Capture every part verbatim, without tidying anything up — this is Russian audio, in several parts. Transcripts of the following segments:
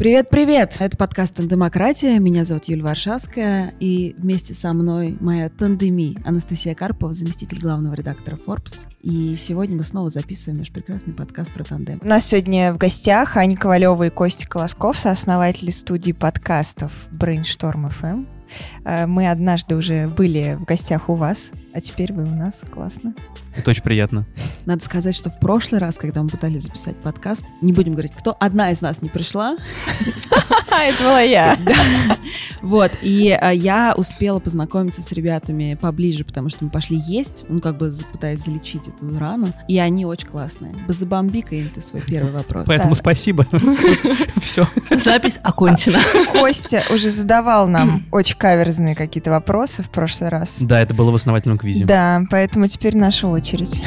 Привет-привет! Это подкаст «Тандемократия». Меня зовут Юлия Варшавская. И вместе со мной моя тандеми Анастасия Карпова, заместитель главного редактора Forbes. И сегодня мы снова записываем наш прекрасный подкаст про тандем. У нас сегодня в гостях Аня Ковалева и Костя Колосков, сооснователи студии подкастов Brainstorm эф эм. Мы однажды уже были в гостях у вас, а теперь вы у нас. Классно. Это очень приятно. Надо сказать, что в прошлый раз, когда мы пытались записать подкаст, не будем говорить, кто, одна из нас не пришла. Это была я. Вот, и я успела познакомиться с ребятами поближе, потому что мы пошли есть, ну, как бы пытаясь залечить эту рану, и они очень классные. Базабомбика им ты свой первый вопрос. Поэтому спасибо. Все. Запись окончена. Костя уже задавал нам очень каверзные какие-то вопросы в прошлый раз. Да, это было в основательном квизе. Да, поэтому теперь наша очередь.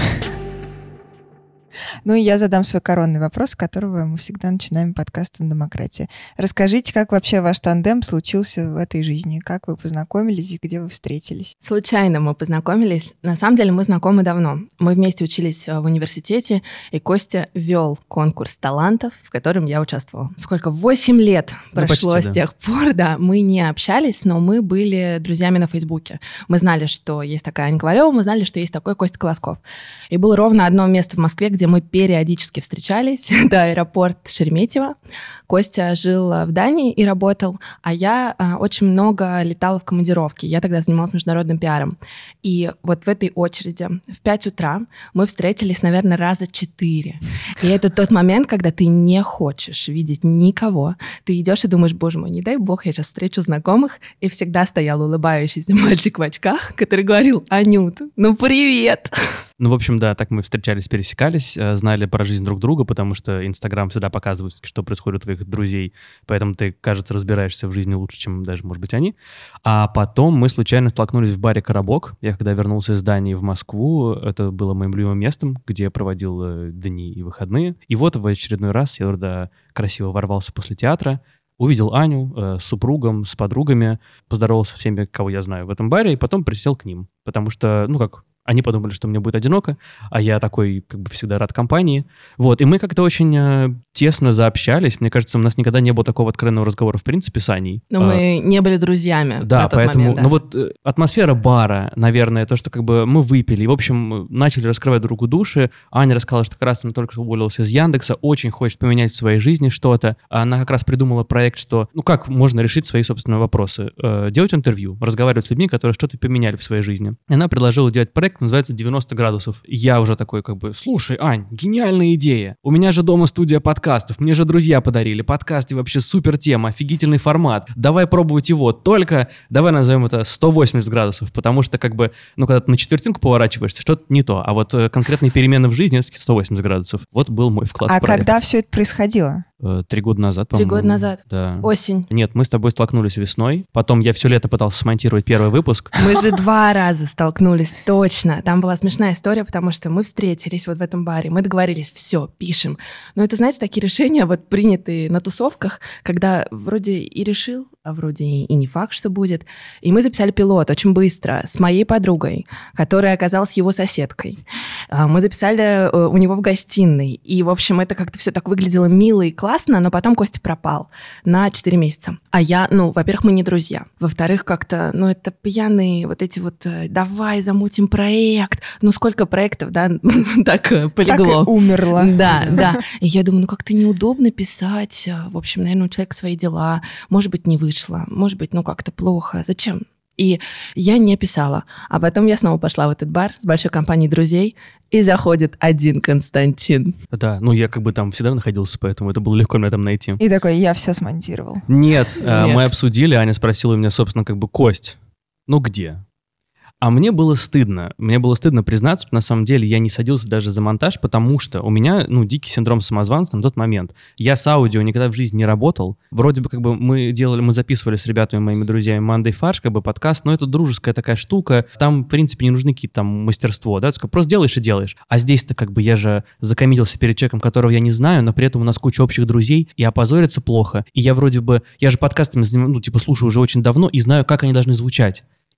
Ну и я задам свой коронный вопрос, с которого мы всегда начинаем подкаст «Тандемократия». Расскажите, как вообще ваш тандем случился в этой жизни? Как вы познакомились и где вы встретились? Случайно мы познакомились. На самом деле мы знакомы давно. Мы вместе учились в университете, и Костя вел конкурс талантов, в котором я участвовала. Сколько? Восемь лет прошло ну, почти, с тех да. пор. Да, мы не общались, но мы были друзьями на Фейсбуке. Мы знали, что есть такая Аня Ковалева, мы знали, что есть такой Костя Колосков. И было ровно одно место в Москве, где мы периодически встречались. Это аэропорт Шереметьево. Костя жил в Дании и работал, а я а, очень много летала в командировки. Я тогда занималась международным пиаром. И вот в этой очереди в пять утра мы встретились, наверное, раза четыре. И это тот момент, когда ты не хочешь видеть никого. Ты идешь и думаешь, боже мой, не дай бог, я сейчас встречу знакомых. И всегда стоял улыбающийся мальчик в очках, который говорил: Анют, ну привет! Ну, в общем, да, так мы встречались, пересекались, знали про жизнь друг друга, потому что Инстаграм всегда показывает, что происходит у твоих друзей, поэтому ты, кажется, разбираешься в жизни лучше, чем даже, может быть, они. А потом мы случайно столкнулись в баре «Коробок». Я когда вернулся из Дании в Москву, это было моим любимым местом, где я проводил дни и выходные. И вот в очередной раз я туда красиво ворвался после театра, увидел Аню э, с супругом, с подругами, поздоровался со всеми, кого я знаю в этом баре, и потом присел к ним, потому что, ну как... Они подумали, что мне будет одиноко, а я такой, как бы, всегда рад компании. Вот, и мы как-то очень э, тесно заобщались. Мне кажется, у нас никогда не было такого откровенного разговора, в принципе, с Аней. Но а, мы не были друзьями да, на тот поэтому, момент. Да, ну вот э, атмосфера бара, наверное, то, что как бы мы выпили, и, в общем, начали раскрывать друг другу души. Аня рассказала, что как раз она только что уволилась из Яндекса, очень хочет поменять в своей жизни что-то. Она как раз придумала проект, что, ну как можно решить свои собственные вопросы? Э, делать интервью, разговаривать с людьми, которые что-то поменяли в своей жизни. И она предложила делать проект, называется девяносто градусов. Я уже такой как бы, слушай, Ань, гениальная идея. У меня же дома студия подкастов, мне же друзья подарили. Подкасты вообще супер тема, офигительный формат. Давай пробовать его. Только давай назовем это сто восемьдесят градусов, потому что как бы, ну когда ты на четвертинку поворачиваешься, что-то не то. А вот конкретные перемены в жизни, это сто восемьдесят градусов. Вот был мой вклад а в проект. А когда все это происходило? Три года назад, по-моему. Три года назад. Да. Осень. Нет, мы с тобой столкнулись весной. Потом я все лето пытался смонтировать первый выпуск. Мы же два раза столкнулись, точно. Там была смешная история, потому что мы встретились вот в этом баре. Мы договорились, все, пишем. Но это, знаете, такие решения, вот принятые на тусовках, когда вроде и решил, а вроде и не факт, что будет. И мы записали пилот очень быстро с моей подругой, которая оказалась его соседкой. Мы записали у него в гостиной. И, в общем, это как-то все так выглядело мило и классно, но потом Костя пропал на четыре месяца. А я, ну, во-первых, мы не друзья. Во-вторых, как-то, ну, это пьяные вот эти вот «давай замутим проект». Ну, сколько проектов, да, так полегло. Так и умерло. Да, да. И я думаю, ну, как-то неудобно писать. В общем, наверное, у человека свои дела. Может быть, не вышло. Может быть, ну, как-то плохо. Зачем? И я не писала. А потом я снова пошла в этот бар с большой компанией друзей, и заходит один Константин. Да, ну я как бы там всегда находился, поэтому это было легко меня там найти. И такой, я все смонтировал. Нет, Нет. мы обсудили, Аня спросила у меня, собственно, как бы, Кость, ну где? А мне было стыдно. Мне было стыдно признаться, что на самом деле я не садился даже за монтаж, потому что у меня, ну, дикий синдром самозванца на тот момент. Я с аудио никогда в жизни не работал. Вроде бы как бы мы делали, мы записывали с ребятами, моими друзьями, Мандай Фарш, как бы подкаст, но это дружеская такая штука. Там, в принципе, не нужны какие-то там мастерство, да? Просто делаешь и делаешь. А здесь-то как бы я же закоммитился перед человеком, которого я не знаю, но при этом у нас куча общих друзей, и опозориться плохо. И я вроде бы, я же подкастами, ну, типа, слушаю уже очень давно и знаю, как они должны звучать.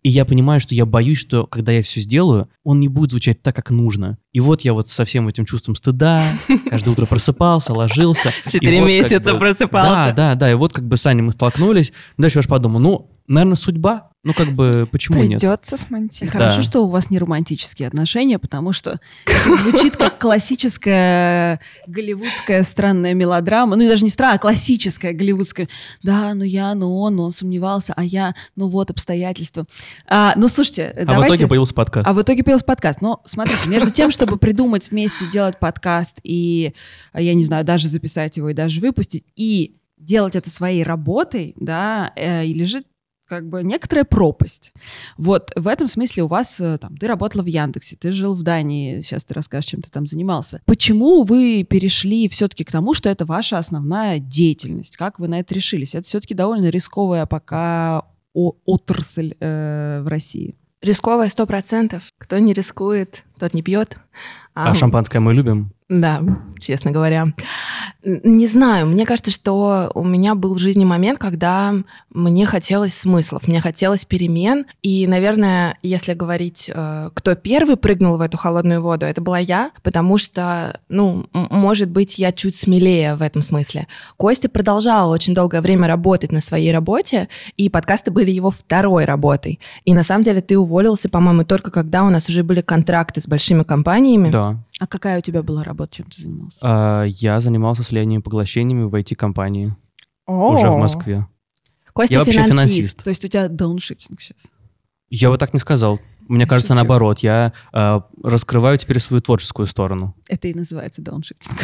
И я понимаю, что я боюсь, что когда я все сделаю, он не будет звучать так, как нужно. И вот я вот со всем этим чувством стыда каждое утро просыпался, ложился. Четыре вот месяца как бы, просыпался. Да, да, да. И вот как бы с Аней мы столкнулись. Дальше я уж подумал, ну, наверное, судьба. Ну, как бы, почему нет? Придется смонтировать. Хорошо, Да. что у вас не романтические отношения, потому что это звучит как классическая голливудская странная мелодрама. Ну, и даже не странная, а классическая голливудская. Да, ну я, ну он, ну он сомневался, а я, ну вот обстоятельства. А, ну, слушайте, А давайте... в итоге появился подкаст. А в итоге появился подкаст. Но смотрите, между тем, чтобы придумать вместе, делать подкаст и, я не знаю, даже записать его и даже выпустить, и делать это своей работой, да, э, и лежит как бы некоторая пропасть. Вот в этом смысле у вас, э, там, ты работала в Яндексе, ты жил в Дании, сейчас ты расскажешь, чем ты там занимался. Почему вы перешли все-таки к тому, что это ваша основная деятельность? Как вы на это решились? Это все-таки довольно рисковая пока о- отрасль э, в России. Рисковая сто процентов. Кто не рискует, тот не пьет. А шампанское мы любим. Да, честно говоря. Не знаю, мне кажется, что у меня был в жизни момент, когда мне хотелось смыслов, мне хотелось перемен. И, наверное, если говорить, кто первый прыгнул в эту холодную воду, это была я, потому что, ну, может быть, я чуть смелее в этом смысле. Костя продолжал очень долгое время работать на своей работе, и подкасты были его второй работой. И на самом деле ты уволился, по-моему, только когда у нас уже были контракты с большими компаниями. Да. А какая у тебя была работа, чем ты занимался? А, я занимался слиянием и поглощениями в ай ти-компании. О, Уже в Москве. Костя Я вообще финансист. финансист. То есть у тебя дауншифтинг сейчас? Я бы так не сказал. Мне Я кажется, шучу. наоборот. Я а, раскрываю теперь свою творческую сторону. Это и называется дауншифтинг.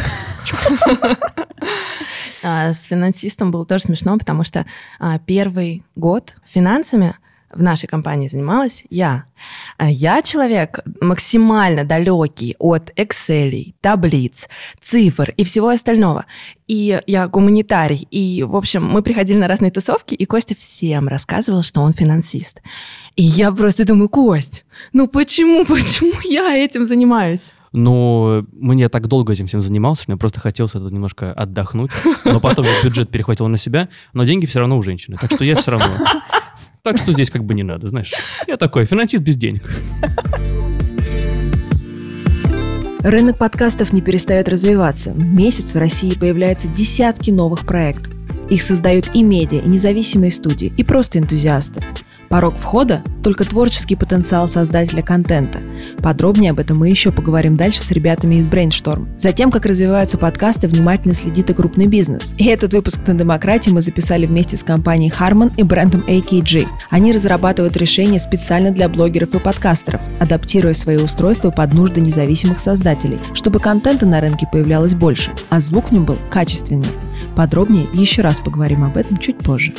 А, С финансистом было тоже смешно, потому что а, первый год финансами в нашей компании занималась я. А Я человек максимально далекий от Excel, таблиц, цифр и всего остального. И я гуманитарий. И, в общем, мы приходили на разные тусовки, и Костя всем рассказывал, что он финансист. И я просто думаю, Кость, ну почему, почему я этим занимаюсь? Но мне так долго этим всем занимался, что мне просто хотелось это немножко отдохнуть. Но потом я бюджет перехватил на себя, но деньги все равно у женщины. Так что я все равно... Так что здесь как бы не надо, знаешь. Я такой, финансист без денег. Рынок подкастов не перестает развиваться. В месяц в России появляются десятки новых проектов. Их создают и медиа, и независимые студии, и просто энтузиасты. Порог входа – только творческий потенциал создателя контента. Подробнее об этом мы еще поговорим дальше с ребятами из Brainstorm. Затем, как развиваются подкасты, внимательно следит и крупный бизнес. И этот выпуск «Тандемократии» мы записали вместе с компанией Harman и брендом эй кей джи. Они разрабатывают решения специально для блогеров и подкастеров, адаптируя свои устройства под нужды независимых создателей, чтобы контента на рынке появлялось больше, а звук в нем был качественнее. Подробнее еще раз поговорим об этом чуть позже.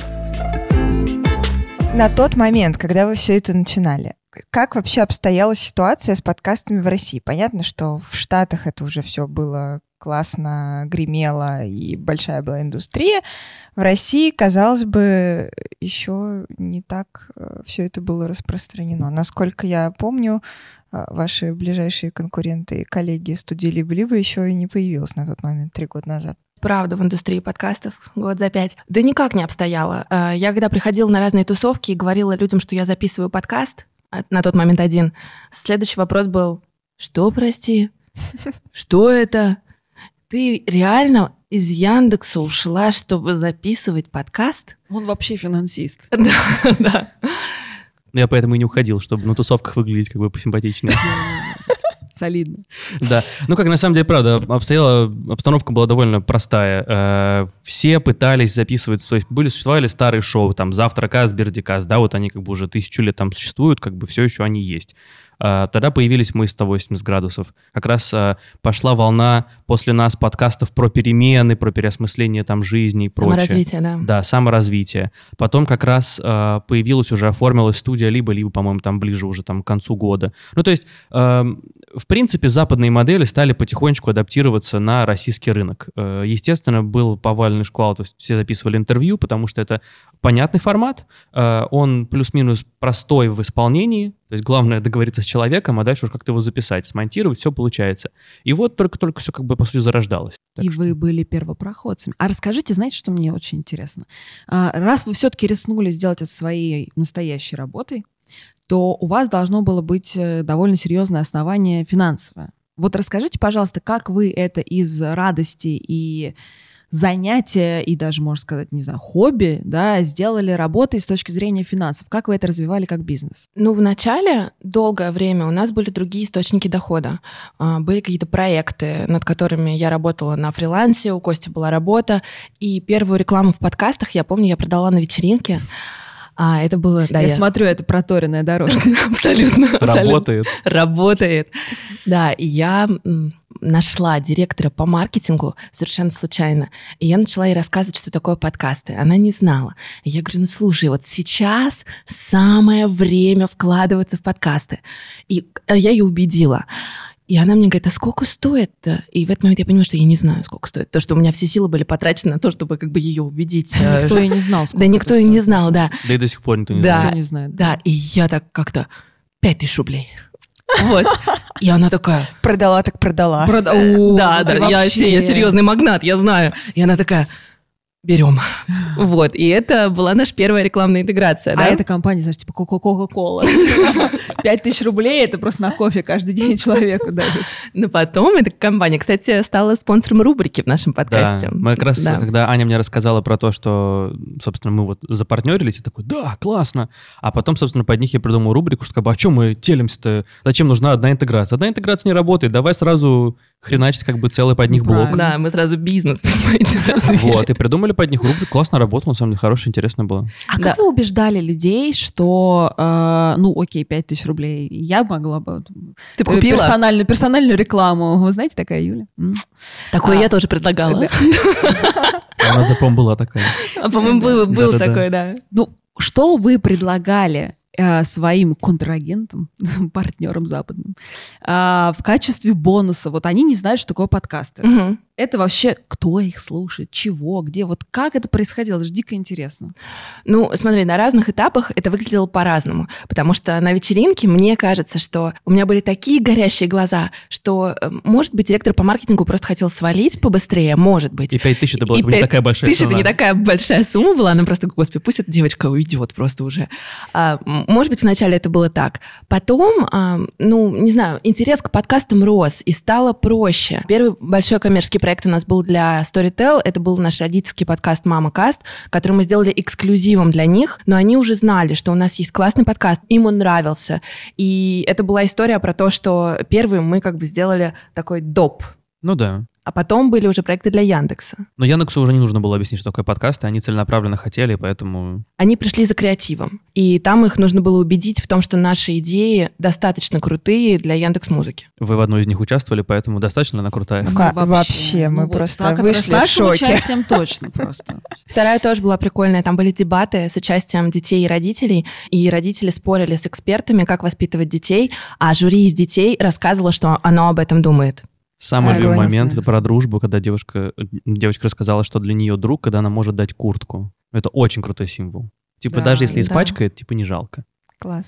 На тот момент, когда вы все это начинали, как вообще обстояла ситуация с подкастами в России? Понятно, что в Штатах это уже все было классно, гремело, и большая была индустрия. В России, казалось бы, еще не так все это было распространено. Насколько я помню, ваши ближайшие конкуренты и коллеги студии «Либо-либо» еще и не появилась на тот момент, три года назад. Правда, в индустрии подкастов год за пять. Да никак не обстояло. Я когда приходила на разные тусовки и говорила людям, что я записываю подкаст, на тот момент один, следующий вопрос был: что, прости? Что это? Ты реально из Яндекса ушла, чтобы записывать подкаст? Он вообще финансист. Да, да. Я поэтому и не уходил, чтобы на тусовках выглядеть как бы посимпатичнее. Солидно. Да. Ну, как на самом деле, правда, обстояла, обстановка была довольно простая. Э, все пытались записывать, то есть были, существовали старые шоу, там, «Завтракаст», «Бердикаст», да, вот они как бы уже тысячу лет там существуют, как бы все еще они есть. Э, тогда появились мы сто восемьдесят градусов. Как раз э, пошла волна после нас подкастов про перемены, про переосмысление там жизни и прочее. Саморазвитие, да. Да, саморазвитие. Потом как раз э, появилась уже, оформилась студия «Либо-либо», по-моему, там ближе уже там, к концу года. Ну, то есть, э, в принципе, западные модели стали потихонечку адаптироваться на российский рынок. Э, естественно, был поваленный шквал, то есть все записывали интервью, потому что это понятный формат, э, он плюс-минус простой в исполнении, то есть главное договориться с человеком, а дальше уж как-то его записать, смонтировать, все получается. И вот только-только все как бы по сути зарождалось. Так И что... вы были первопроходцами. А расскажите, знаете, что мне очень интересно? А, раз вы все-таки рискнули сделать это своей настоящей работой, то у вас должно было быть довольно серьезное основание финансовое. Вот расскажите, пожалуйста, как вы это из радости и занятия, и даже, можно сказать, не знаю, хобби, да, сделали работой с точки зрения финансов? Как вы это развивали как бизнес? Ну, вначале долгое время у нас были другие источники дохода. Были какие-то проекты, над которыми я работала на фрилансе, у Кости была работа, и первую рекламу в подкастах, я помню, я продала на вечеринке. А, это было... Да, я, я смотрю, это проторенная дорожка. Абсолютно. Работает. Работает. Да, и я нашла директора по маркетингу совершенно случайно, и я начала ей рассказывать, что такое подкасты. Она не знала. И я говорю, ну слушай, вот сейчас самое время вкладываться в подкасты. И я ее убедила. И она мне говорит, а сколько стоит-то? И в этот момент я понимаю, что я не знаю, сколько стоит. То, что у меня все силы были потрачены на то, чтобы как бы ее убедить. Никто и не знал, сколько. Да никто и не знал, да. Да и до сих пор никто не да, знает. Никто не знает. Да, и я так как-то пять тысяч рублей. Вот. И она такая... Продала так продала. Прода... О, да, да, я, вообще... я серьезный магнат, я знаю. И она такая... Берем. Вот. И это была наша первая рекламная интеграция. А да? эта компания, знаешь, типа Кока-Кола. Пять тысяч рублей — это просто на кофе каждый день человеку дают. Но потом эта компания, кстати, стала спонсором рубрики в нашем подкасте. Да. Мы как раз, да. когда Аня мне рассказала про то, что, собственно, мы вот запартнерились, я такой, да, классно. А потом, собственно, под них я придумал рубрику, что как бы, а что мы телимся-то? Зачем нужна одна интеграция? Одна интеграция не работает, давай сразу хреначить как бы целый под них Ну, блок. правильно. Да, мы сразу бизнес, понимаете, Вот, и придумали под них рубрику. Классно работало, на самом деле, хорошая, интересная была. А Да. как вы убеждали людей, что, э, ну, окей, пять тысяч рублей, я могла бы... Ты э, купила? Персональную, персональную рекламу. Вы знаете, такая Юля? М. Такое А, я тоже предлагала. да. У нас, по-моему, была такая. А, по-моему, было, было Да-да-да. такое, да. Ну, что вы предлагали э, своим контрагентам, партнерам западным, э, в качестве бонуса? Вот они не знают, что такое подкасты. Мгм. Это вообще кто их слушает, чего, где, вот как это происходило? Это же дико интересно. Ну, смотри, на разных этапах это выглядело по-разному, потому что на вечеринке мне кажется, что у меня были такие горящие глаза, что, э, может быть, директор по маркетингу просто хотел свалить побыстрее, может быть. И пять тысяч это была И как бы не пять такая большая тысяч это цена. не такая большая сумма была, она просто, господи, пусть эта девочка уйдет просто уже. А, м, может быть, вначале это было так. Потом, а, ну, не знаю, интерес к подкастам рос и стало проще. Первый большой коммерческий проект у нас был для Storytel. Это был наш родительский подкаст «Мама Каст», который мы сделали эксклюзивом для них, но они уже знали, что у нас есть классный подкаст, им он нравился. И это была история про то, что первым мы как бы сделали такой доп. Ну да. А потом были уже проекты для Яндекса. Но Яндексу уже не нужно было объяснить, что такое подкасты, они целенаправленно хотели, поэтому... Они пришли за креативом. И там их нужно было убедить в том, что наши идеи достаточно крутые для Яндекс.Музыки. Вы в одной из них участвовали, поэтому достаточно она крутая. Ну, Ка- вообще, мы Ну, вот просто так, вышли с в нашим шоке. участием точно просто. Вторая тоже была прикольная. Там были дебаты с участием детей и родителей. И родители спорили с экспертами, как воспитывать детей. А жюри из детей рассказывало, что оно об этом думает. Самый А, любимый да, не момент знаю. это про дружбу, когда девушка, девочка рассказала, что для нее друг, когда она может дать куртку. Это очень крутой символ. Типа, Да, даже если да. испачкает, типа, не жалко. Класс.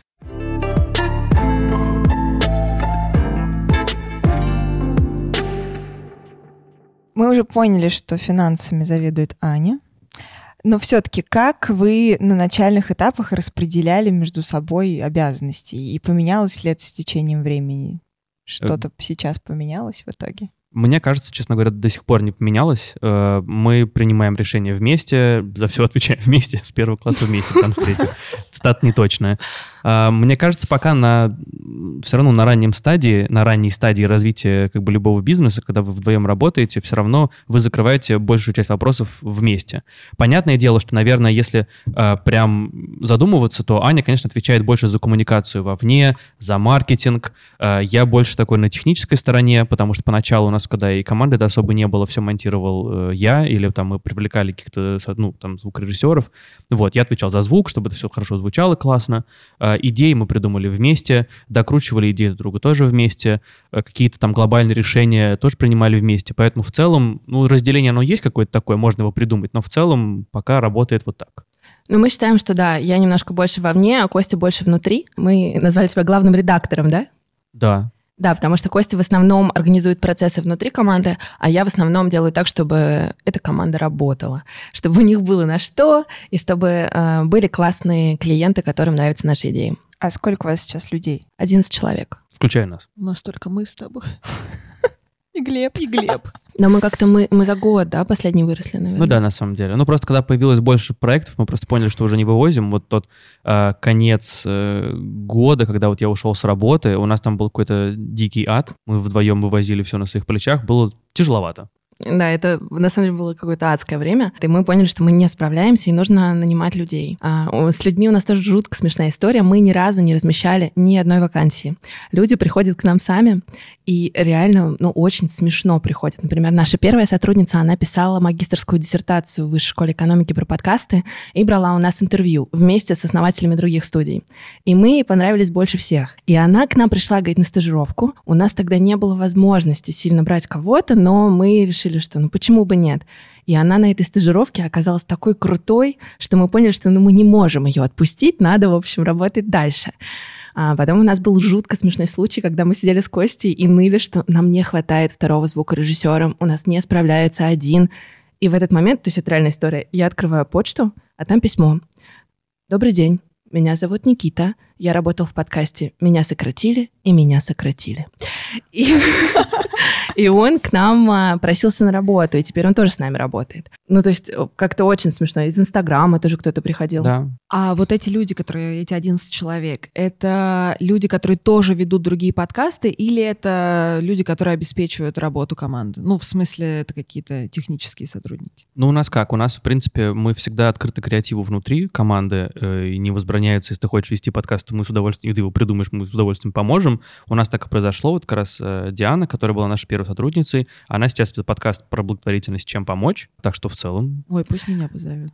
Мы уже поняли, что финансами заведует Аня. Но все-таки как вы на начальных этапах распределяли между собой обязанности? И поменялось ли это с течением времени? Что-то сейчас поменялось в итоге? Мне кажется, честно говоря, до сих пор не поменялось. Э, Мы принимаем решения вместе, за все отвечаем вместе, с первого класса вместе, там с третьего. Цитата неточная. Э, Мне кажется, пока на все равно на раннем стадии, на ранней стадии развития как бы любого бизнеса, когда вы вдвоем работаете, все равно вы закрываете большую часть вопросов вместе. Понятное дело, что, наверное, если э, прям задумываться, то Аня, конечно, отвечает больше за коммуникацию вовне, за маркетинг. Э, Я больше такой на технической стороне, потому что поначалу у нас, когда и команды особо не было, все монтировал э, я, или там мы привлекали каких-то, ну, там, звукорежиссеров. Вот, я отвечал за звук, чтобы это все хорошо звучало классно. Э, идеи мы придумали вместе, докручивали идеи друг друга тоже вместе, э, какие-то там глобальные решения тоже принимали вместе. Поэтому в целом, ну, разделение оно есть какое-то такое, можно его придумать, но в целом пока работает вот так. Ну, мы считаем, что да, я немножко больше вовне, а Костя больше внутри. Мы назвали себя главным редактором, да? Да. Да, потому что Костя в основном организует процессы внутри команды, а я в основном делаю так, чтобы эта команда работала, чтобы у них было на что, и чтобы э, были классные клиенты, которым нравятся наши идеи. А сколько у вас сейчас людей? одиннадцать человек. Включая нас. У нас только мы с тобой. И Глеб. И Глеб. Но мы как-то, мы, мы за год, да, последний выросли, наверное. Ну да, на самом деле. Ну просто когда появилось больше проектов, мы просто поняли, что уже не вывозим. Вот тот э, конец э, года, когда вот я ушел с работы, у нас там был какой-то дикий ад. Мы вдвоем вывозили все на своих плечах. Было тяжеловато. Да, это на самом деле было какое-то адское время. И мы поняли, что мы не справляемся, и нужно нанимать людей. А с людьми у нас тоже жутко смешная история. Мы ни разу не размещали ни одной вакансии. Люди приходят к нам сами, и реально, ну, очень смешно приходят. Например, наша первая сотрудница, она писала магистерскую диссертацию в Высшей школе экономики про подкасты и брала у нас интервью вместе с основателями других студий. И мы ей понравились больше всех. И она к нам пришла, говорит, на стажировку. У нас тогда не было возможности сильно брать кого-то, но мы решили, что ну почему бы нет. И она на этой стажировке оказалась такой крутой, что мы поняли, что ну, мы не можем ее отпустить, надо, в общем, работать дальше. А потом у нас был жутко смешной случай, когда мы сидели с Костей и ныли, что нам не хватает второго звукорежиссера, у нас не справляется один. И в этот момент, то есть это реальная история, я открываю почту, а там письмо. «Добрый день, меня зовут Никита, я работал в подкасте «Меня сократили» и «Меня сократили». И, и он к нам просился на работу, и теперь он тоже с нами работает. Ну, то есть как-то очень смешно. Из Инстаграма тоже кто-то приходил. Да. А вот эти люди, которые, эти одиннадцать человек, это люди, которые тоже ведут другие подкасты, или это люди, которые обеспечивают работу команды? Ну, в смысле, это какие-то технические сотрудники? Ну, у нас как? У нас, в принципе, мы всегда открыты креативу внутри команды, э, и не возбраняется, если ты хочешь вести подкаст, то мы с удовольствием, и ты его придумаешь, мы с удовольствием поможем. У нас так и произошло. Вот как раз э, Диана, которая была нашей первой сотрудницей, она сейчас ведет подкаст про благотворительность «Чем помочь», так что в целом... Ой, пусть меня позовет.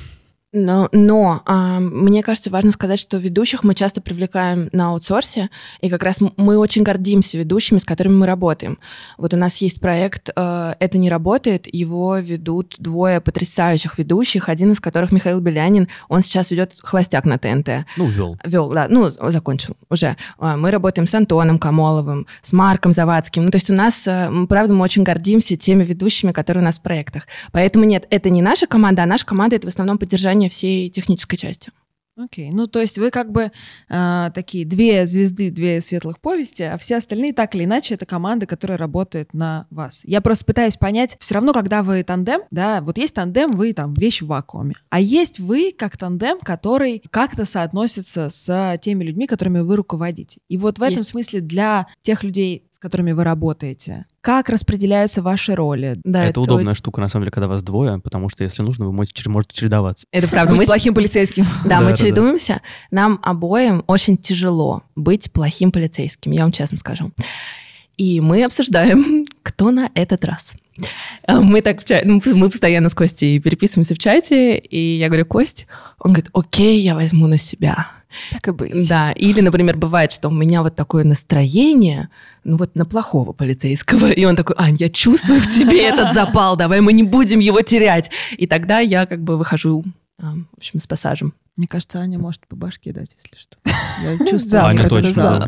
Но, но а, мне кажется, важно сказать, что ведущих мы часто привлекаем на аутсорсе, и как раз мы очень гордимся ведущими, с которыми мы работаем. Вот у нас есть проект «Это не работает», его ведут двое потрясающих ведущих, один из которых Михаил Белянин, он сейчас ведет «Холостяк» на ТНТ. Ну, вел. Вел, да, ну, закончил уже. Мы работаем с Антоном Камоловым, с Марком Завадским. Ну, то есть у нас, правда, мы очень гордимся теми ведущими, которые у нас в проектах. Поэтому нет, это не наша команда, а наша команда — это в основном поддержание всей технической части. Окей, okay. Ну то есть вы как бы э, такие две звезды, две светлых повести, а все остальные так или иначе это команда, которая работает на вас. Я просто пытаюсь понять, все равно, когда вы тандем, да, вот есть тандем, вы там вещь в вакууме, а есть вы как тандем, который как-то соотносится с теми людьми, которыми вы руководите. И вот в этом есть. Смысле для тех людей, с которыми вы работаете, как распределяются ваши роли? Да, это, это удобная вот... штука, на самом деле, когда вас двое, потому что, если нужно, вы можете, можете чередоваться. Это правда. Быть мы плохим полицейским. Да, мы чередуемся. Нам обоим очень тяжело быть плохим полицейским, я вам честно скажу. И мы обсуждаем, кто на этот раз. Мы так в ча... ну, мы постоянно с Костей переписываемся в чате, и я говорю: Кость, он говорит: окей, я возьму на себя. Так и быть. Да, или, например, бывает, что у меня вот такое настроение, ну вот на плохого полицейского, и он такой: Ань, я чувствую в тебе этот запал, давай мы не будем его терять. И тогда я как бы выхожу, в общем, с пассажем. Мне кажется, Аня может по башке дать, если что. Я чувствую. Аня точно.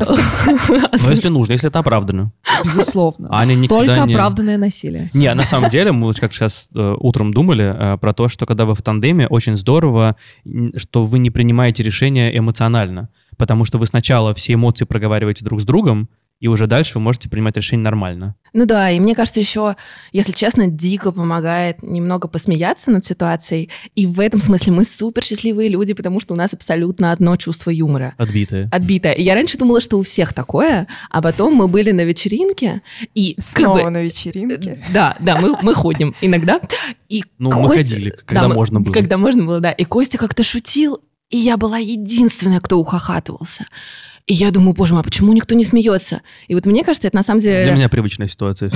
Но если нужно, если это оправдано. Безусловно. Аня никогда Только не... оправданное насилие. Не, на самом деле, мы как сейчас э, утром думали э, про то, что когда вы в тандеме, очень здорово, что вы не принимаете решения эмоционально, потому что вы сначала все эмоции проговариваете друг с другом, и уже дальше вы можете принимать решение нормально. Ну да, и мне кажется, еще, если честно, дико помогает немного посмеяться над ситуацией. И в этом смысле мы супер счастливые люди, потому что у нас абсолютно одно чувство юмора. Отбитое. Отбитое. И я раньше думала, что у всех такое, а потом мы были на вечеринке. И Снова как бы, на вечеринке. Да, да, мы, мы ходим иногда. И ну, Костя, мы ходили, когда да, можно было. Когда можно было, да. И Костя как-то шутил, и я была единственная, кто ухахатывался. И я думаю: боже мой, а почему никто не смеется? И вот мне кажется, это на самом деле... Для меня привычная ситуация.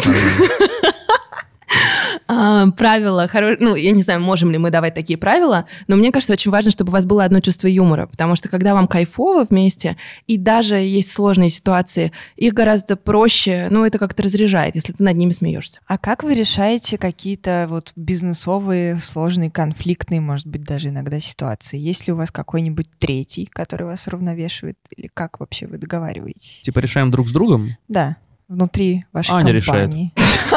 Правила, ну, я не знаю, можем ли мы давать такие правила, но мне кажется, очень важно, чтобы у вас было одно чувство юмора, потому что когда вам кайфово вместе, и даже есть сложные ситуации, их гораздо проще, ну, это как-то разряжает, если ты над ними смеешься. А как вы решаете какие-то вот бизнесовые, сложные, конфликтные, может быть, даже иногда ситуации? Есть ли у вас какой-нибудь третий, который вас уравновешивает, или как вообще вы договариваетесь? Типа решаем друг с другом? Да, внутри вашей Аня компании.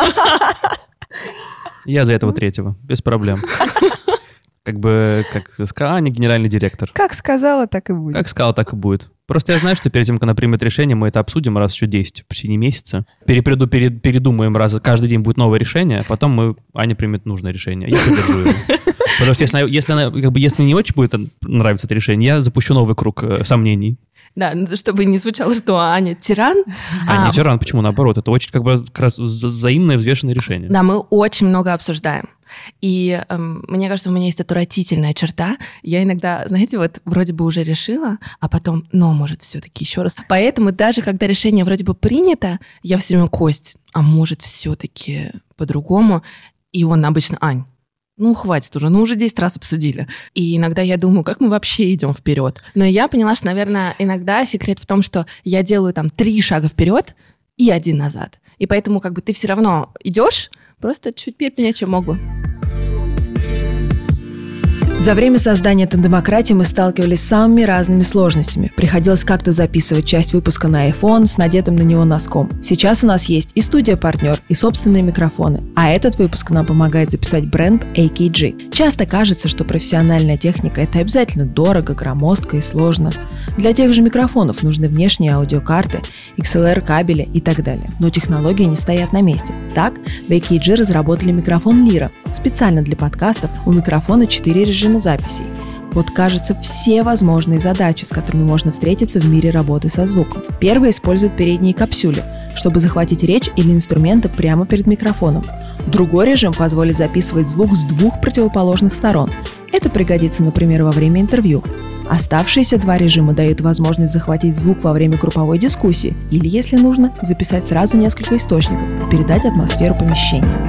Я за этого третьего, без проблем. Как бы, как сказала Аня, генеральный директор. Как сказала, так и будет. Как сказала, так и будет. Просто я знаю, что перед тем, как она примет решение, мы это обсудим раз еще десять в течение месяца. Перепреду, перед, передумаем раз, каждый день будет новое решение, а потом мы, Аня примет нужное решение. Я поддержу его. Потому что если, если, она, как бы, если мне не очень будет нравиться это решение, я запущу новый круг э, сомнений. Да, чтобы не звучало, что Аня тиран. А, а не тиран, почему? Наоборот, это очень как бы как раз взаимное взвешенное решение. Да, мы очень много обсуждаем. И эм, мне кажется, у меня есть отвратительная черта. Я иногда, знаете, вот вроде бы уже решила, а потом, но, может, все-таки еще раз. Поэтому даже когда решение вроде бы принято, я все время, Кость, а может, все-таки по-другому? И он обычно, Ань, ну, хватит уже, ну, уже десять раз обсудили. И иногда я думаю, как мы вообще идем вперед. Но я поняла, что, наверное, иногда секрет в том, что я делаю там три шага вперед и один назад. И поэтому как бы ты все равно идешь, просто чуть медленнее, чем мог бы. За время создания «Тандемократии» мы сталкивались с самыми разными сложностями. Приходилось как-то записывать часть выпуска на iPhone с надетым на него носком. Сейчас у нас есть и студия-партнер, и собственные микрофоны. А этот выпуск нам помогает записать бренд эй кей джи. Часто кажется, что профессиональная техника – это обязательно дорого, громоздко и сложно. Для тех же микрофонов нужны внешние аудиокарты, икс эл ар-кабели и так далее. Но технологии не стоят на месте. Так, в эй кей джи разработали микрофон Lyra. Специально для подкастов у микрофона четыре режима записей. Вот, кажется, все возможные задачи, с которыми можно встретиться в мире работы со звуком. Первый использует передние капсюли, чтобы захватить речь или инструменты прямо перед микрофоном. Другой режим позволит записывать звук с двух противоположных сторон. Это пригодится, например, во время интервью. Оставшиеся два режима дают возможность захватить звук во время групповой дискуссии или, если нужно, записать сразу несколько источников и передать атмосферу помещения.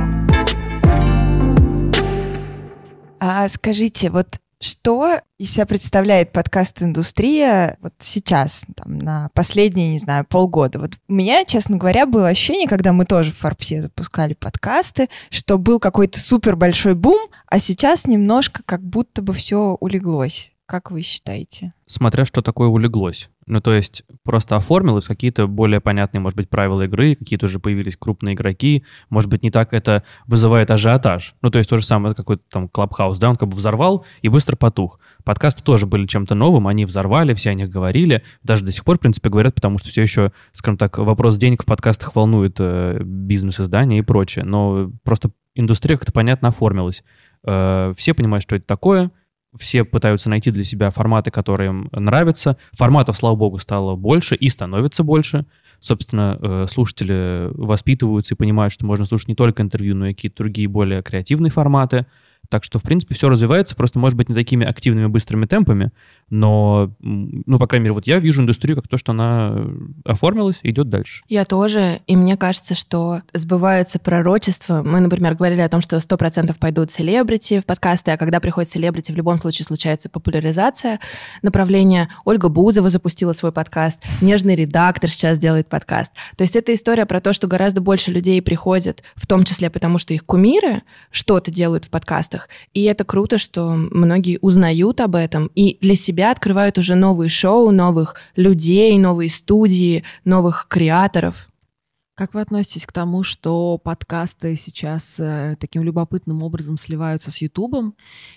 А скажите, вот что из себя представляет подкаст-индустрия вот сейчас, там, на последние, не знаю, полгода? Вот у меня, честно говоря, было ощущение, когда мы тоже в Форбсе запускали подкасты, что был какой-то супер большой бум, а сейчас немножко как будто бы все улеглось. Как вы считаете? Смотря что такое улеглось. Ну, то есть просто оформилось какие-то более понятные, может быть, правила игры, какие-то уже появились крупные игроки, может быть, не так это вызывает ажиотаж. Ну, то есть то же самое, какой-то там Clubhouse, да, он как бы взорвал и быстро потух. Подкасты тоже были чем-то новым, они взорвали, все о них говорили, даже до сих пор, в принципе, говорят, потому что все еще, скажем так, вопрос денег в подкастах волнует э, бизнес-издания и прочее, но просто индустрия как-то понятно оформилась. Э, все понимают, что это такое, все пытаются найти для себя форматы, которые им нравятся. Форматов, слава богу, стало больше и становится больше. Собственно, слушатели воспитываются и понимают, что можно слушать не только интервью, но и какие-то другие более креативные форматы. Так что, в принципе, все развивается, просто, может быть, не такими активными, быстрыми темпами, но, ну, по крайней мере, вот я вижу индустрию как то, что она оформилась и идет дальше. Я тоже, и мне кажется, что сбываются пророчества. Мы, например, говорили о том, что сто процентов пойдут селебрити в подкасты, а когда приходит селебрити, в любом случае случается популяризация направления. Ольга Бузова запустила свой подкаст, «Нежный редактор» сейчас делает подкаст. То есть это история про то, что гораздо больше людей приходят, в том числе потому, что их кумиры что-то делают в подкастах. И это круто, что многие узнают об этом и для себя открывают уже новые шоу, новых людей, новые студии, новых креаторов. Как вы относитесь к тому, что подкасты сейчас э, таким любопытным образом сливаются с Ютубом?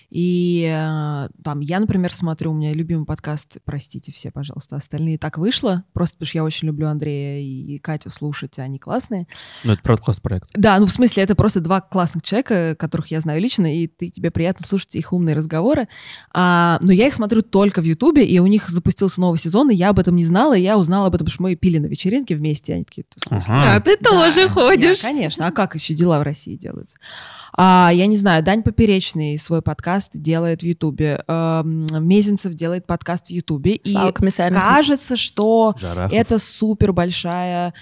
И э, там я, например, смотрю, у меня любимый подкаст, простите все, пожалуйста, остальные «Так вышло», просто потому что я очень люблю Андрея и Катю слушать, они классные. Ну, это правда классный проект. Да, ну в смысле, это просто два классных человека, которых я знаю лично, и ты, тебе приятно слушать их умные разговоры. А, но я их смотрю только в Ютубе, и у них запустился новый сезон, и я об этом не знала, и я узнала об этом, потому что мы пили на вечеринке вместе, они такие, в смысле? Ага. А ты Да, тоже ходишь. Я, конечно. А как еще дела в России делаются? А, я не знаю, Дань Поперечный свой подкаст делает в Ютубе. А, Мезенцев делает подкаст в Ютубе. И кажется, что Жарахов. Это супер большая...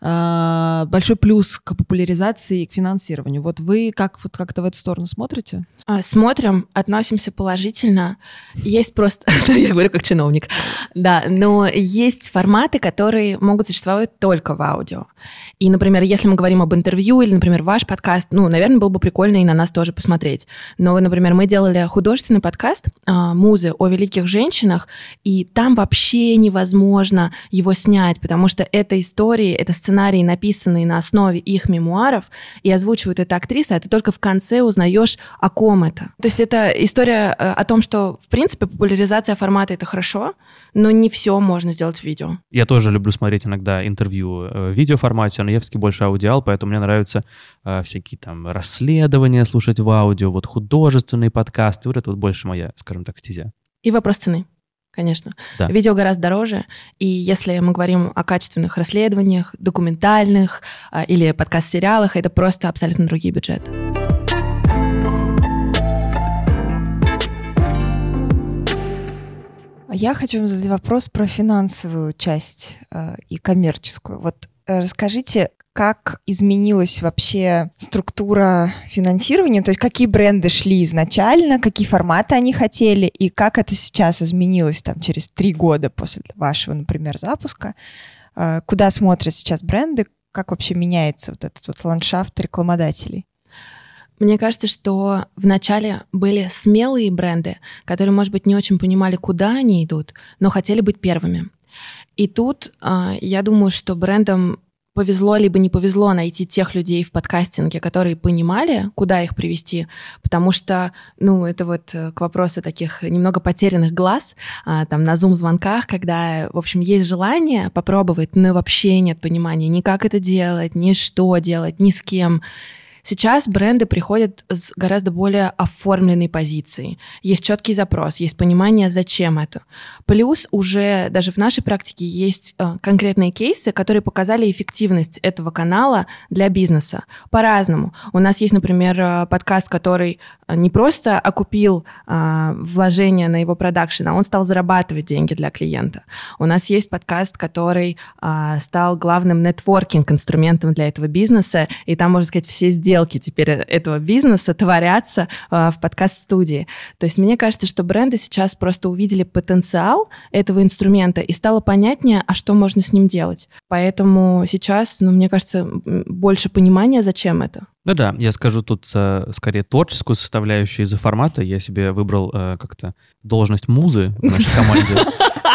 большой плюс к популяризации и к финансированию. Вот вы как, вот как-то в эту сторону смотрите? Смотрим, относимся положительно. Есть просто... Я говорю как чиновник. Да, но есть форматы, которые могут существовать только в аудио. И, например, если мы говорим об интервью или, например, ваш подкаст, ну, наверное, было бы прикольно, прикольно и на нас тоже посмотреть. Но, например, мы делали художественный подкаст «Музы» о великих женщинах, и там вообще невозможно его снять, потому что это истории, это сценарии, написанные на основе их мемуаров, и озвучивают это актриса, а ты только в конце узнаешь, о ком это. То есть это история о том, что, в принципе, популяризация формата — это хорошо, но не все можно сделать в видео. Я тоже люблю смотреть иногда интервью в видеоформате, но я все-таки больше аудиал, поэтому мне нравятся э, всякие там расследования слушать в аудио, вот художественные подкасты, вот это вот больше моя, скажем так, стезя. И вопрос цены, конечно. Да. Видео гораздо дороже, и если мы говорим о качественных расследованиях, документальных э, или подкаст-сериалах, это просто абсолютно другие бюджеты. Я хочу вам задать вопрос про финансовую часть э, и коммерческую. Вот э, расскажите, как изменилась вообще структура финансирования, то есть какие бренды шли изначально, какие форматы они хотели, и как это сейчас изменилось там, через три года после вашего, например, запуска. Э, куда смотрят сейчас бренды, как вообще меняется вот этот вот ландшафт рекламодателей? Мне кажется, что вначале были смелые бренды, которые, может быть, не очень понимали, куда они идут, но хотели быть первыми. И тут э, я думаю, что брендам повезло либо не повезло найти тех людей в подкастинге, которые понимали, куда их привести, потому что, ну, это вот к вопросу таких немного потерянных глаз, э, там на зум-звонках, когда, в общем, есть желание попробовать, но вообще нет понимания ни как это делать, ни что делать, ни с кем. Сейчас бренды приходят с гораздо более оформленной позицией. Есть четкий запрос, есть понимание, зачем это. Плюс уже даже в нашей практике есть э, конкретные кейсы, которые показали эффективность этого канала для бизнеса. По-разному. У нас есть, например, подкаст, который не просто окупил э, вложения на его продакшн, а он стал зарабатывать деньги для клиента. У нас есть подкаст, который э, стал главным нетворкинг-инструментом для этого бизнеса, и там, можно сказать, все сделки теперь этого бизнеса творятся э, в подкаст-студии. То есть мне кажется, что бренды сейчас просто увидели потенциал этого инструмента и стало понятнее, а что можно с ним делать. Поэтому сейчас, ну, мне кажется, больше понимания, зачем это. Да-да, я скажу тут э, скорее творческую составляющую из-за формата. Я себе выбрал э, как-то должность музы в нашей команде.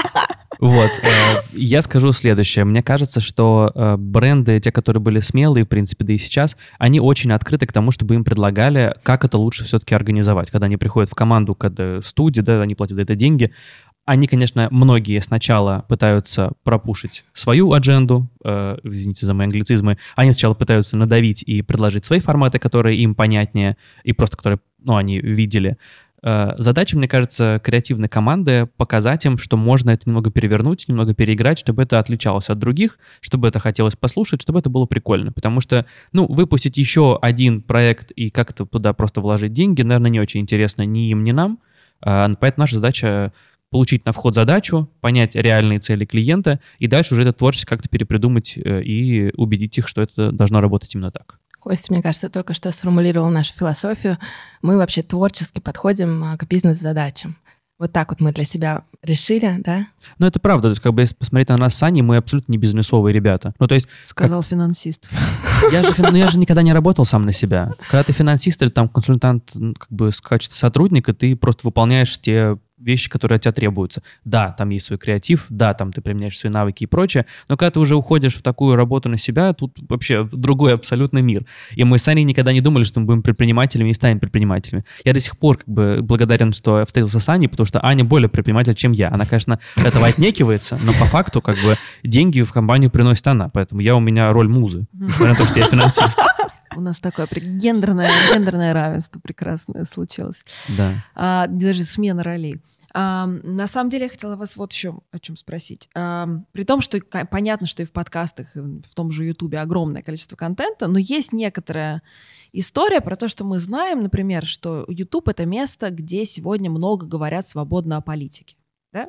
Вот, э, я скажу следующее. Мне кажется, что э, бренды, те, которые были смелые, в принципе, да и сейчас, они очень открыты к тому, чтобы им предлагали, как это лучше все-таки организовать. Когда они приходят в команду, когда студии, да, они платят за это деньги, они, конечно, многие сначала пытаются пропушить свою адженду, э, извините за мои англицизмы, они сначала пытаются надавить и предложить свои форматы, которые им понятнее, и просто которые, ну, они видели. Задача, мне кажется, креативной команды показать им, что можно это немного перевернуть, немного переиграть, чтобы это отличалось от других, чтобы это хотелось послушать, чтобы это было прикольно. Потому что, ну, выпустить еще один проект и как-то туда просто вложить деньги, наверное, не очень интересно ни им, ни нам. Поэтому наша задача получить на вход задачу, понять реальные цели клиента и дальше уже это творчество как-то перепридумать и убедить их, что это должно работать именно так. Костя, мне кажется, только что сформулировал нашу философию. Мы вообще творчески подходим к бизнес-задачам. Вот так вот мы для себя решили, да? Ну, это правда. То есть, как бы, если посмотреть на нас с Аней, мы абсолютно не бизнесовые ребята. Ну, то есть... Сказал как... финансист. Я же, ну, я же никогда не работал сам на себя. Когда ты финансист или там консультант, как бы, в качестве сотрудника, ты просто выполняешь те вещи, которые от тебя требуются. Да, там есть свой креатив, да, там ты применяешь свои навыки и прочее, но когда ты уже уходишь в такую работу на себя, тут вообще другой абсолютный мир. И мы с Аней никогда не думали, что мы будем предпринимателями и станем предпринимателями. Я до сих пор как бы благодарен, что встретился с Аней, потому что Аня более предприниматель, чем я. Она, конечно, этого отнекивается, но по факту как бы деньги в компанию приносит она, поэтому я у меня роль музы, несмотря на то, что я финансист. У нас такое гендерное, гендерное равенство прекрасное случилось. Да. А, даже смена ролей. А, на самом деле я хотела вас вот еще о чем спросить. А, при том, что понятно, что и в подкастах, и в том же Ютубе огромное количество контента, но есть некоторая история про то, что мы знаем, например, что Ютуб — это место, где сегодня много говорят свободно о политике. Да?